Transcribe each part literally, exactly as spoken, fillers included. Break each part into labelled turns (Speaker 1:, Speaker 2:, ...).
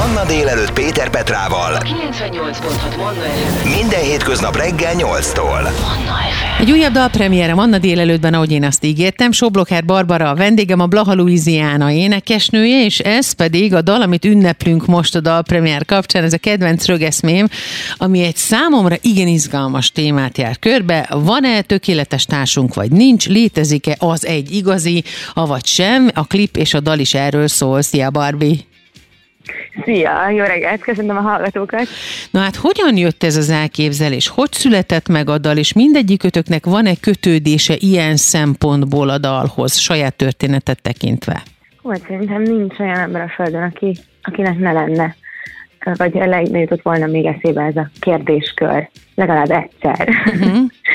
Speaker 1: Manna délelőtt Péter Petrával.
Speaker 2: kilencvennyolc pont hat Manna ef em.
Speaker 1: Minden hétköznap reggel nyolctól.
Speaker 2: Manna ef em.
Speaker 3: Egy újabb dalpremiére Manna délelőttben, ahogy én azt ígértem. Sóblokár Barbara a vendégem, a Blaha Louisiana énekesnője, és ez pedig a dal, amit ünneplünk most a dalpremiér kapcsán, ez a kedvenc rögeszmém, ami egy számomra igen izgalmas témát jár körbe. Van-e tökéletes társunk, vagy nincs? Létezik-e az egy igazi, avagy sem? A klip és a dal is erről szól. Szia, Barbie!
Speaker 4: Szia, jó reggelt, köszönöm a hallgatókat.
Speaker 3: Na hát hogyan jött ez az elképzelés? Hogy született meg a dal, és mindegyikötöknek van-e kötődése ilyen szempontból a dalhoz, saját történetet tekintve?
Speaker 4: Hogy szerintem nincs olyan ember a földön, aki, akinek ne lenne, vagy ne jutott volna még eszébe ez a kérdéskör, legalább egyszer. Uh-huh.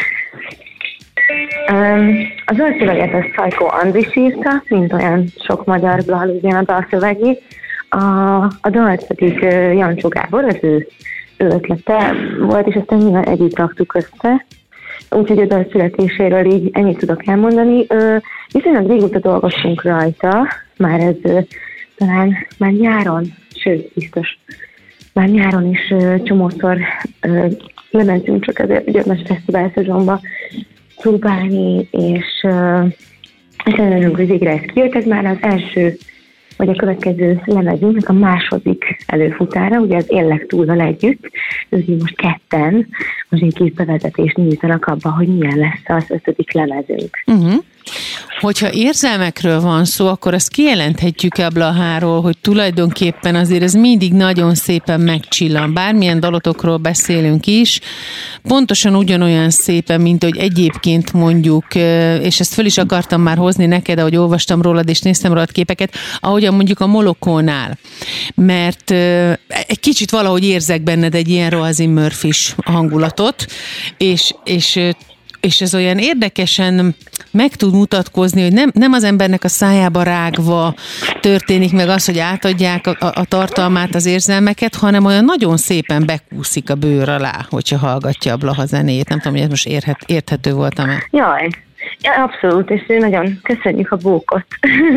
Speaker 4: um, az dalszöveget a Szajkó Andris írta, mint olyan sok magyar Blaha Louisiana dalszövegét. A, a dalt pedig uh, Jancsó Gábor, az ő, ő ötlete volt, és aztán nyilván együtt raktuk össze. Úgyhogy a dal születéséről így ennyit tudok elmondani. Uh, viszonylag régóta dolgoztunk rajta, már ez uh, talán már nyáron, sőt, biztos, már nyáron is uh, csomószor uh, lementünk csak ezért ugye nagy fesztivál szezonba próbálni, és, uh, és ellenünk, hogy végre ez kijött, ez már az első vagy a következő lemezünknek a második előfutára, ugye az Éllek túlval együtt, úgyhogy most ketten, most egy kis bevezetést nyújtanak abba, hogy milyen lesz az ötödik lemezünk.
Speaker 3: Uh-huh. Hogyha érzelmekről van szó, akkor azt kijelenthetjük-e a Blaháról, hogy tulajdonképpen azért ez mindig nagyon szépen megcsillan. Bármilyen dalotokról beszélünk is, pontosan ugyanolyan szépen, mint hogy egyébként mondjuk, és ezt föl is akartam már hozni neked, ahogy olvastam rólad és néztem rólad képeket, ahogyan mondjuk a Molokónál. Mert egy kicsit valahogy érzek benned egy ilyen Roisin Murphys hangulatot, és, és és ez olyan érdekesen meg tud mutatkozni, hogy nem, nem az embernek a szájába rágva történik meg az, hogy átadják a, a, a tartalmát, az érzelmeket, hanem olyan nagyon szépen bekúszik a bőr alá, hogyha hallgatja a Blaha zenéjét. Nem tudom, hogy ez most érhet, érthető voltam-e.
Speaker 4: Jaj, ja, abszolút, és nagyon köszönjük a bókot.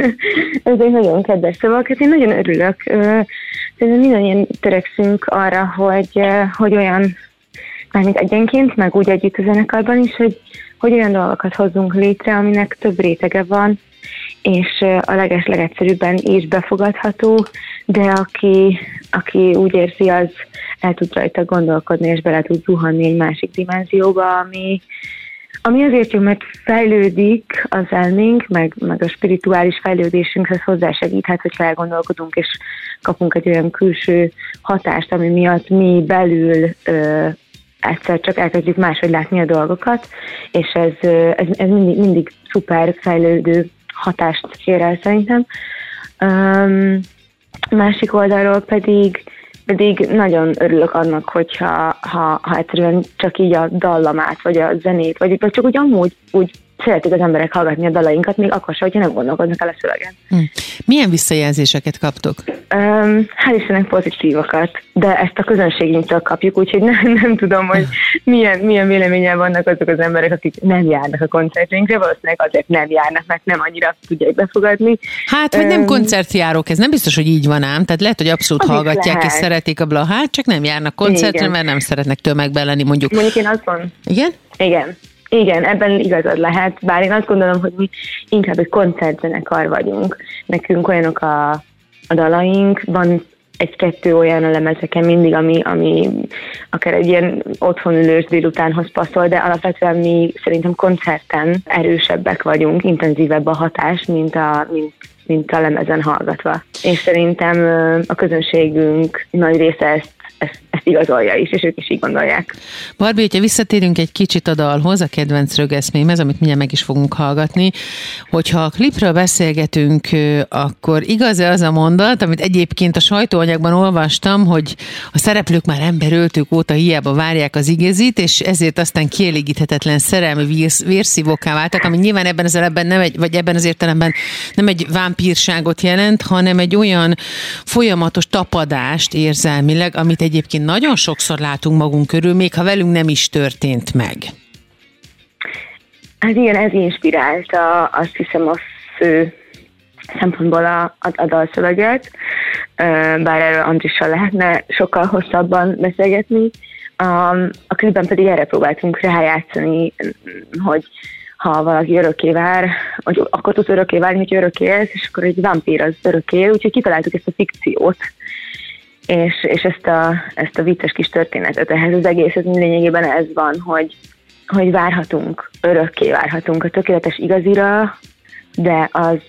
Speaker 4: Ez egy nagyon kedves szavak, én nagyon örülök. Szerintem mindannyian törekszünk arra, hogy, hogy olyan mármint egyenként, meg úgy együtt a zenekarban is, hogy, hogy olyan dolgokat hozzunk létre, aminek több rétege van, és a leges-legegyszerűbben is befogadható, de aki, aki úgy érzi, az el tud rajta gondolkodni, és bele tud zuhanni egy másik dimenzióba, ami, ami azért jó, mert fejlődik az elménk, meg, meg a spirituális fejlődésünkhez hozzásegíthet, hogyha elgondolkodunk, és kapunk egy olyan külső hatást, ami miatt mi belül ö, egyszer csak elkezdjük máshogy látni a dolgokat, és ez, ez, ez mindig, mindig szuper fejlődő hatást ér el szerintem. Um, másik oldalról pedig, pedig nagyon örülök annak, hogyha ha, ha egyszerűen csak így a dallamát, vagy a zenét, vagy, vagy csak úgy amúgy úgy szeretik az emberek hallgatni a dalainkat, még akkor sem, hogyha nem gondolkodnak el a szövegen.
Speaker 3: Hmm. Milyen visszajelzéseket kaptok?
Speaker 4: Um, hál' Istennek pozitívakat, de ezt a közönségünktől kapjuk, úgyhogy nem, nem tudom, hogy milyen, milyen véleményen vannak azok az emberek, akik nem járnak a koncertjeinkre, valószínűleg azért nem járnak, mert nem annyira tudják befogadni.
Speaker 3: Hát, hogy nem um, koncertjárók, ez nem biztos, hogy így van ám, tehát lehet, hogy abszolút hallgatják lehet. És szeretik a Blahát, csak nem járnak koncertre, igen. Mert nem szeretnek tömegben lenni, mondjuk.
Speaker 4: Mondjuk én azt mondom.
Speaker 3: Igen?
Speaker 4: Igen. Igen, ebben igazad lehet, bár én azt gondolom, hogy mi inkább egy koncertzenekar vagyunk. Nekünk olyanok a, a dalaink, van egy-kettő olyan a lemezeken mindig, ami, ami akár egy ilyen otthonülős délutánhoz passzol, de alapvetően mi szerintem koncerten erősebbek vagyunk, intenzívebb a hatás, mint a, mint, mint a lemezen hallgatva. És szerintem a közönségünk nagy része ezt Ezt, ezt igazolja is, és ők is így gondolják.
Speaker 3: Barbie, hogyha visszatérünk egy kicsit a dalhoz, a kedvenc rögeszmémhez, amit mindjárt meg is fogunk hallgatni, hogyha a klipről beszélgetünk, akkor igaz-e az a mondat, amit egyébként a sajtóanyagban olvastam, hogy a szereplők már emberöltők óta hiába várják az igazit, és ezért aztán kielégíthetetlen szerelmi vérszívókká váltak, ami nyilván ebben az esetben nem egy, vagy ebben az értelemben nem egy vámpírságot jelent, hanem egy olyan folyamatos tapadást érzelmileg, amit egyébként nagyon sokszor látunk magunk körül, még ha velünk nem is történt meg.
Speaker 4: Hát igen, ez inspirálta, azt hiszem, a fő szempontból a, a, a dalszöveget, bár erről Andrissal lehetne sokkal hosszabban beszélgetni. A, a klipben pedig erre próbáltunk rájátszani, hogy ha valaki örökké vár, hogy akkor tudsz örökké várni, hogy örökké élsz, és akkor egy vampír az örökké él, úgyhogy kitaláltuk ezt a fikciót, és, és ezt, a, ezt a vicces kis történetet. Ehhez az egészet lényegében ez van, hogy, hogy várhatunk, örökké várhatunk a tökéletes igazira, de az,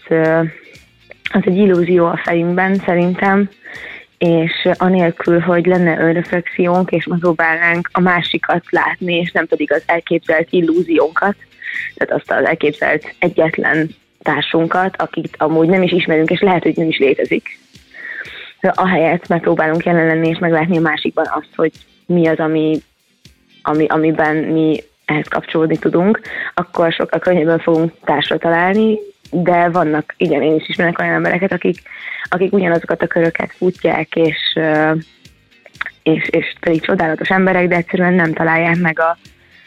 Speaker 4: az egy illúzió a fejünkben szerintem, és anélkül, hogy lenne önreflexiónk, és megpróbálnánk a másikat látni, és nem pedig az elképzelt illúziónkat, tehát azt az elképzelt egyetlen társunkat, akit amúgy nem is ismerünk, és lehet, hogy nem is létezik. Ahelyett megpróbálunk jelen lenni, és meglátni a másikban azt, hogy mi az, ami, ami, amiben mi ehhez kapcsolódni tudunk, akkor sokkal könnyebben fogunk társra találni, de vannak, igen, én is ismerek olyan embereket, akik, akik ugyanazokat a köröket futják, és, és, és pedig csodálatos emberek, de egyszerűen nem találják meg a,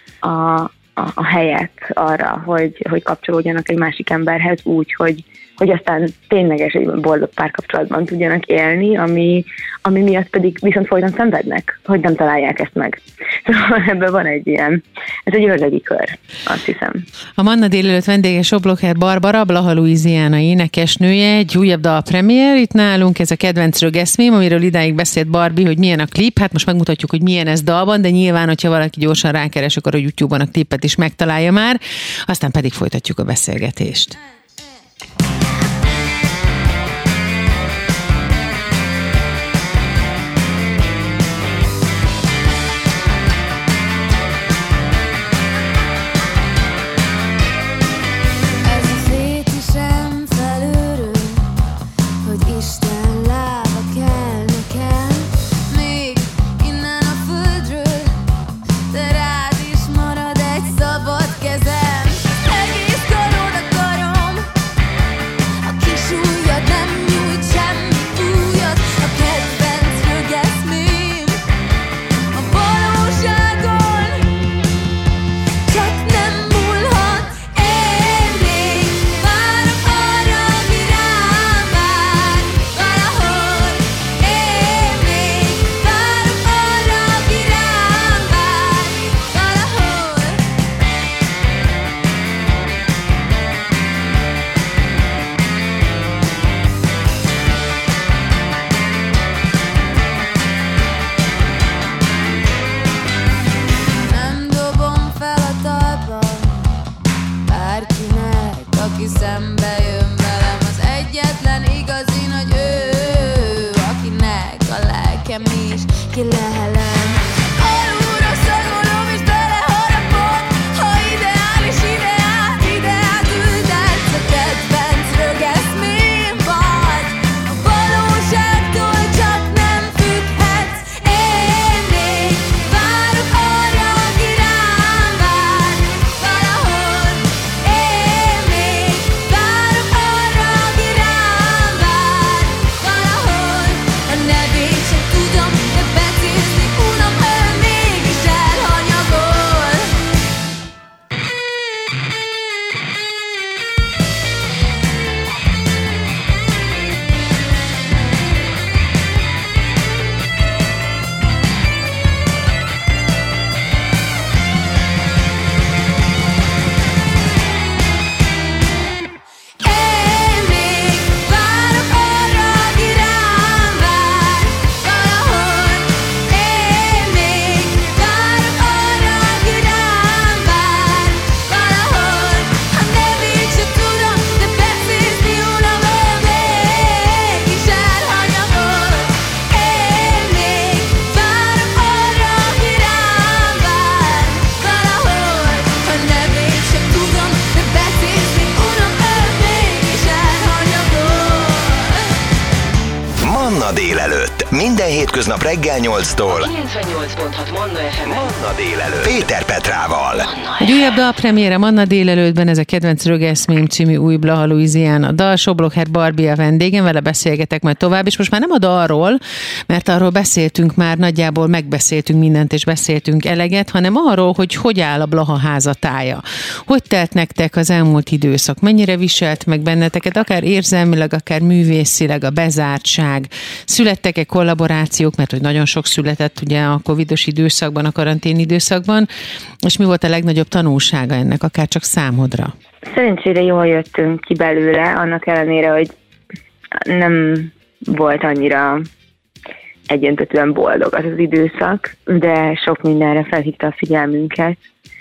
Speaker 4: a, a, a helyet arra, hogy, hogy kapcsolódjanak egy másik emberhez úgy, hogy, hogy aztán tényleges egy boldog párkapcsolatban tudjanak élni, ami, ami miatt pedig viszont folyton szenvednek, hogy nem találják ezt meg. Szóval ebben van egy ilyen, ez egy ördögi kör, azt hiszem.
Speaker 3: A Manna délelőtt vendége Soblocher Barbara, Blaha Louisiana énekesnője, egy újabb dal premier itt nálunk, ez a kedvenc rögeszmém, amiről idáig beszélt Barbie, hogy milyen a klip, hát most megmutatjuk, hogy milyen ez dalban, de nyilván, hogyha valaki gyorsan rákeres, akkor a YouTube-on a klipet is megtalálja már, aztán pedig folytatjuk a beszélgetést.
Speaker 5: Tudom, de becézni
Speaker 1: délelőtt. Minden hétköznap reggel nyolctól.
Speaker 2: kilencvennyolc pont hat Manna ef em.
Speaker 1: Manna délelőtt. Péter Petrával.
Speaker 3: Egy újabb dalpremiére Manna délelőttben, ez a Kedvenc Rögeszmém című új Blaha Louisiana dal. Soblocher Barbie a vendégem, vele beszélgetek majd tovább, és most már nem a dalról, mert arról beszéltünk már, nagyjából megbeszéltünk mindent, és beszéltünk eleget, hanem arról, hogy hogy áll a Blaha házatája. Hogy telt nektek az elmúlt időszak? Mennyire viselt meg benneteket, akár érzelmileg, akár művészileg a bezártság? Születtek-e kollaborációk, mert hogy nagyon sok született ugye a covidos időszakban, a karantén időszakban, és mi volt a legnagyobb tanulsága ennek, akár csak számodra?
Speaker 4: Szerencsére jól jöttünk ki belőle, annak ellenére, hogy nem volt annyira egyöntetően boldog az az időszak, de sok mindenre felhívta a figyelmünket,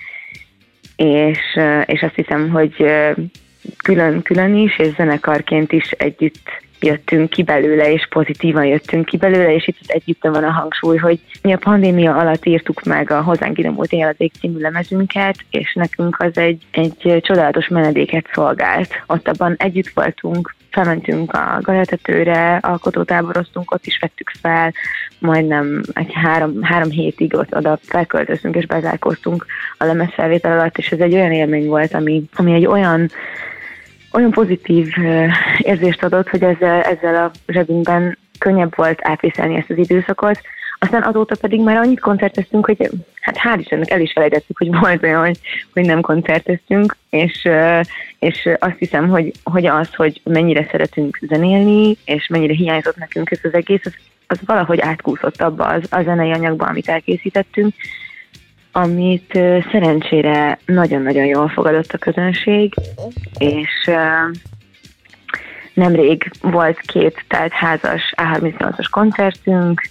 Speaker 4: és, és azt hiszem, hogy külön-külön is, és zenekarként is együtt jöttünk ki belőle, és pozitívan jöttünk ki belőle, és itt együtt van a hangsúly, hogy mi a pandémia alatt írtuk meg a Hozzánk idomult éjjel-az-ég című lemezünket, és nekünk az egy, egy csodálatos menedéket szolgált. Ott abban együtt voltunk, felmentünk a Galyatetőre, alkotótáboroztunk, ott is vettük fel, majdnem egy három, három hétig ott oda felköltöztünk és bezárkóztunk a lemezfelvétel alatt, és ez egy olyan élmény volt, ami, ami egy olyan olyan pozitív érzést adott, hogy ezzel, ezzel a zsebünkben könnyebb volt átviselni ezt az időszakot. Aztán azóta pedig már annyit koncerteztünk, hogy hát hál' Istennek el is felejtettük, hogy volt olyan, hogy, hogy nem koncerteztünk, és, és azt hiszem, hogy, hogy az, hogy mennyire szeretünk zenélni, és mennyire hiányzott nekünk ez az egész, az, az valahogy átkúszott abba az, a zenei anyagba, amit elkészítettünk, amit uh, szerencsére nagyon-nagyon jól fogadott a közönség, és uh, nemrég volt két teltházas á harmincnyolcas koncertünk,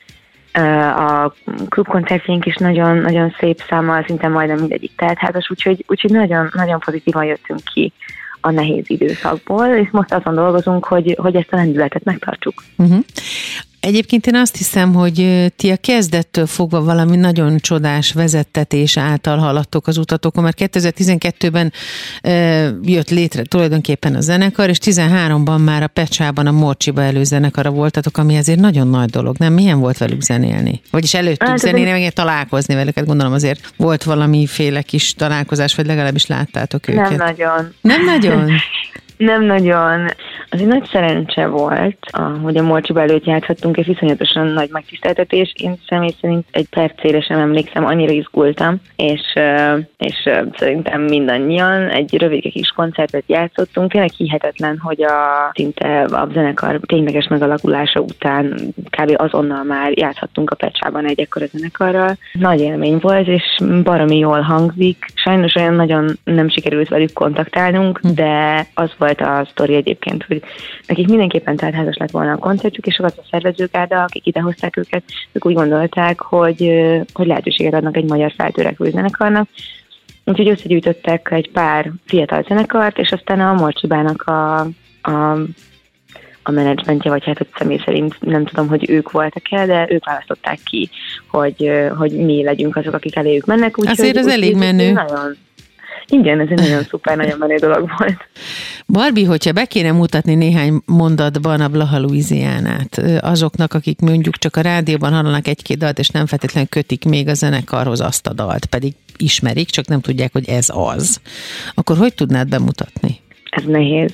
Speaker 4: uh, a klubkoncertjeink is nagyon-nagyon szép számmal, szinte majdnem mindegyik teltházas, úgyhogy, úgyhogy nagyon, nagyon pozitívan jöttünk ki a nehéz időszakból, és most azon dolgozunk, hogy, hogy ezt a lendületet megtartsuk. Uh-huh.
Speaker 3: Egyébként én azt hiszem, hogy ti a kezdettől fogva valami nagyon csodás vezettetés által haladtok az utatokon, mert kétezer-tizenkettőben e, jött létre tulajdonképpen a zenekar, és tizenháromban már a Pecsában a Morcsiba előzenekara voltatok, ami azért nagyon nagy dolog, nem? Milyen volt velük zenélni? Vagyis előttük hát, zenélni, meg találkozni velük, gondolom azért volt valamiféle kis találkozás, vagy legalábbis láttátok őket.
Speaker 4: Nem nagyon.
Speaker 3: Nem nagyon?
Speaker 4: Nem nagyon. Az egy nagy szerencse volt, hogy a Morcsiba előtt játszhattunk, és viszonyatosan nagy megtiszteltetés. Én személy szerint egy percére sem emlékszem, annyira izgultam, és, és szerintem mindannyian egy rövid kis koncertet játszottunk. Tényleg hihetetlen, hogy a szinte a zenekar tényleges megalakulása után kb. Azonnal már játszhattunk a Pecsában egy ekkora zenekarral. Nagy élmény volt, és baromi jól hangzik. Sajnos olyan nagyon nem sikerült velük kontaktálnunk, de az volt a sztori egyébként, hogy nekik mindenképpen teltházas lett volna a koncertjük, és az a szervezőgárda, akik idehozták őket, ők úgy gondolták, hogy, hogy lehetőséget adnak egy magyar feltörekvő zenekarnak. Úgyhogy összegyűjtöttek egy pár fiatal zenekart, és aztán a Morcsibának a, a, a menedzsmentje, vagy hát hogy személy szerint nem tudom, hogy ők voltak-e, de ők választották ki, hogy, hogy mi legyünk azok, akik eléjük mennek. Úgy,
Speaker 3: azért az elég menő.
Speaker 4: Nagyon, igen, ez egy nagyon szuper, nagyon menő dolog volt.
Speaker 3: Barbie, hogyha be kéne mutatni néhány mondatban a Blaha Louisianát azoknak, akik mondjuk csak a rádióban hallanak egy-két dalt, és nem feltétlenül kötik még a zenekarhoz azt a dalt, pedig ismerik, csak nem tudják, hogy ez az, akkor hogy tudnád bemutatni? Ez
Speaker 4: nehéz.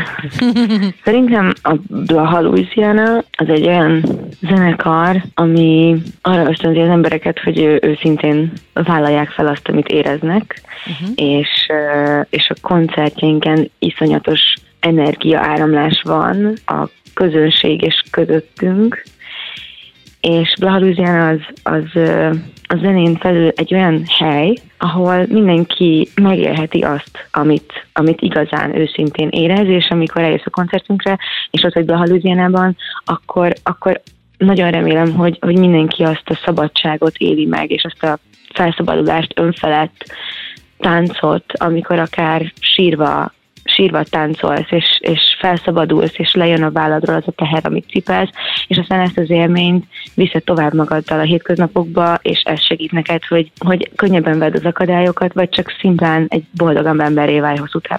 Speaker 4: Szerintem a Blaha Louisiana az egy olyan zenekar, ami arra ösztönzi az embereket, hogy ő, őszintén vállalják fel azt, amit éreznek, uh-huh. és, és a koncertjeinken iszonyatos energiaáramlás van a közönség és közöttünk, és Blaha Louisiana az, az a zenén felül egy olyan hely, ahol mindenki megélheti azt, amit, amit igazán őszintén érez, és amikor eljössz a koncertünkre, és ott vagy Blaha Louisianában, akkor, akkor nagyon remélem, hogy, hogy mindenki azt a szabadságot éli meg, és azt a felszabadulást, önfelett táncot, amikor akár sírva sírva táncolsz, és, és felszabadulsz, és lejön a válladról az a teher, amit cipelsz, és aztán ezt az élményt viszed tovább magaddal a hétköznapokba, és ez segít neked, hogy, hogy könnyebben vedd az akadályokat, vagy csak szimplán egy boldogabb emberré válj hosszú távon.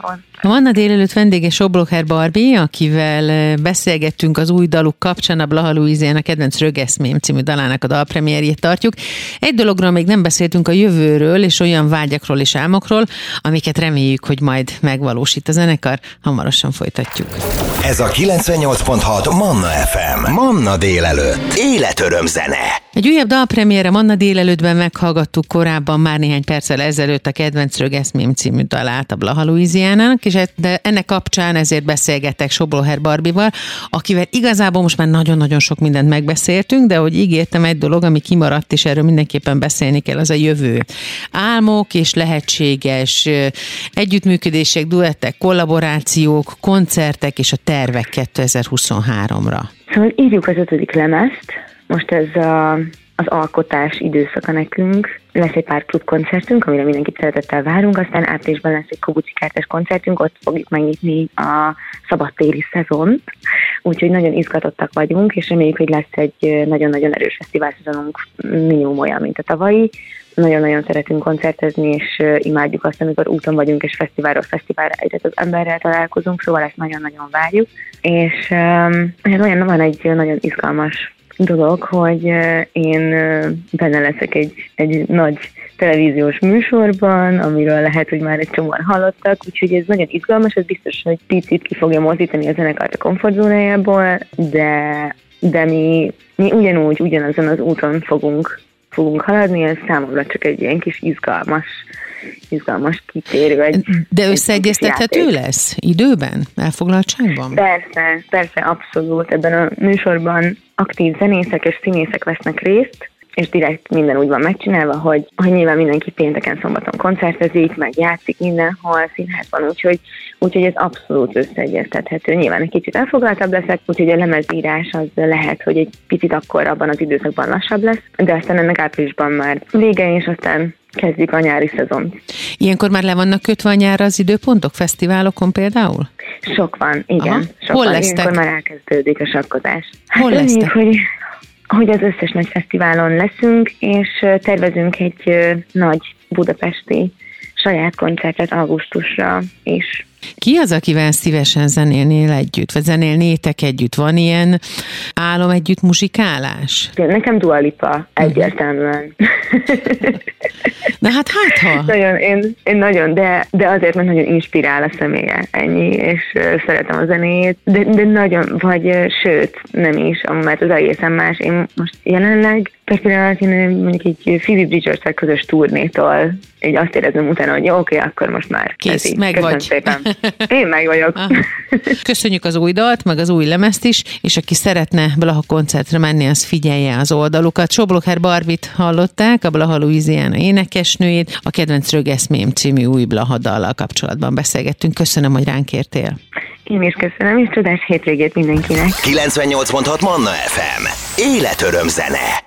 Speaker 3: A Manna délelőtt vendége Soblocher Barbie, akivel beszélgettünk az új daluk kapcsán, a Blaha Louisiana kedvenc Rögeszmém című dalának a dalpremierjét tartjuk. Egy dologról még nem beszéltünk, a jövőről és olyan vágyakról és álmokról, amiket reméljük, hogy majd megvalósít a zenekar. Hamarosan folytatjuk.
Speaker 1: Ez a kilencvennyolc pont hat Manna ef em. Manna délelőtt. Életöröm zene.
Speaker 3: Egy újabb dalpremiére Manna délelőttben meghallgattuk korábban már néhány perccel ezelőtt a kedvenc Rögeszmém című dalát a Blaha Louisianának, és de ennek kapcsán ezért beszélgetek Soblocher Barbival, akivel igazából most már nagyon-nagyon sok mindent megbeszéltünk, de ahogy ígértem, egy dolog, ami kimaradt, és erről mindenképpen beszélni kell, az a jövő. Álmok és lehetséges együttműködések, duettek, kollaborációk, koncertek és a tervek kétezer-huszonháromra.
Speaker 4: Szóval írjuk az ötödik lemezt, most ez a, az alkotás időszaka nekünk. Lesz egy pár klubkoncertünk, amire mindenkit szeretettel várunk, aztán áprilisban lesz egy Kobucikártás koncertünk, ott fogjuk megnyitni a szabadtéri szezont, úgyhogy nagyon izgatottak vagyunk, és reméljük, hogy lesz egy nagyon-nagyon erős fesztiválszezonunk, minimum olyan, mint a tavalyi. Nagyon-nagyon szeretünk koncertezni, és imádjuk azt, amikor úton vagyunk, és fesztiválról fesztiválra egyre az emberrel találkozunk, szóval ezt nagyon-nagyon várjuk. És ez olyan van egy nagyon izgalmas dolog, hogy én benne leszek egy, egy nagy televíziós műsorban, amiről lehet, hogy már egy csomóan hallottak, úgyhogy ez nagyon izgalmas, ez biztos, hogy picit ki fogja mozdítani a zenekart a komfortzónájából, de, de mi, mi ugyanúgy, ugyanazon az úton fogunk, fogunk haladni, ez számomra csak egy ilyen kis izgalmas, izgalmas kitérő. Egy,
Speaker 3: de összeegyeztethető lesz időben, elfoglaltságban?
Speaker 4: Persze, persze, abszolút. Ebben a műsorban aktív zenészek és színészek vesznek részt, és direkt minden úgy van megcsinálva, hogy, hogy nyilván mindenki pénteken, szombaton koncertezik, meg játszik mindenhol, színházban, úgyhogy, úgyhogy ez abszolút összeegyeztethető. Nyilván egy kicsit elfoglaltabb leszek, úgyhogy a lemezírás az lehet, hogy egy picit akkor abban az időszakban lassabb lesz, de aztán ennek áprilisban már vége, és aztán kezdjük a nyári szezont.
Speaker 3: Ilyenkor már le vannak kötve a nyárra az időpontok, fesztiválokon például?
Speaker 4: Sok van, igen.
Speaker 3: Aha.
Speaker 4: Sok
Speaker 3: Hol
Speaker 4: van.
Speaker 3: lesztek?
Speaker 4: Ilyenkor már elkezdődik a sakkozás. Hát
Speaker 3: Hol
Speaker 4: reméljük,
Speaker 3: lesztek?
Speaker 4: hogy hogy az összes nagy fesztiválon leszünk, és tervezünk egy nagy budapesti saját koncertet augusztusra is.
Speaker 3: Ki az, akivel szívesen zenélnél együtt, vagy zenélnétek együtt? Van ilyen álom együtt muzsikálás?
Speaker 4: Nekem Dua Lipa, egyértelműen.
Speaker 3: Na hát hát ha?
Speaker 4: Nagyon, én, én nagyon, de, de azért, mert nagyon inspirál a személye, ennyi, és uh, szeretem a zenéjét, de, de nagyon, vagy uh, sőt, nem is, mert az egészen más. Én most jelenleg, per pillanat, én mondjuk egy Phoebe Bridgers-tel közös turnétól így azt érezem utána, hogy jó, oké, akkor most már.
Speaker 3: Kész, meg
Speaker 4: Köszönöm
Speaker 3: vagy.
Speaker 4: szépen. Én meg vagyok.
Speaker 3: Köszönjük az új dalt, meg az új lemezt is, és aki szeretne Blaha koncertre menni, az figyelje az oldalukat. Soblocher Barbit hallották, a Blaha Louisiana énekesnőjét, a kedvenc Rögeszmém című új Blaha dallal kapcsolatban beszélgettünk. Köszönöm, hogy ránk értél.
Speaker 4: Én is köszönöm, és csodás hétvégét mindenkinek.
Speaker 1: kilencvennyolc pont hat Manna ef em. Életöröm zene.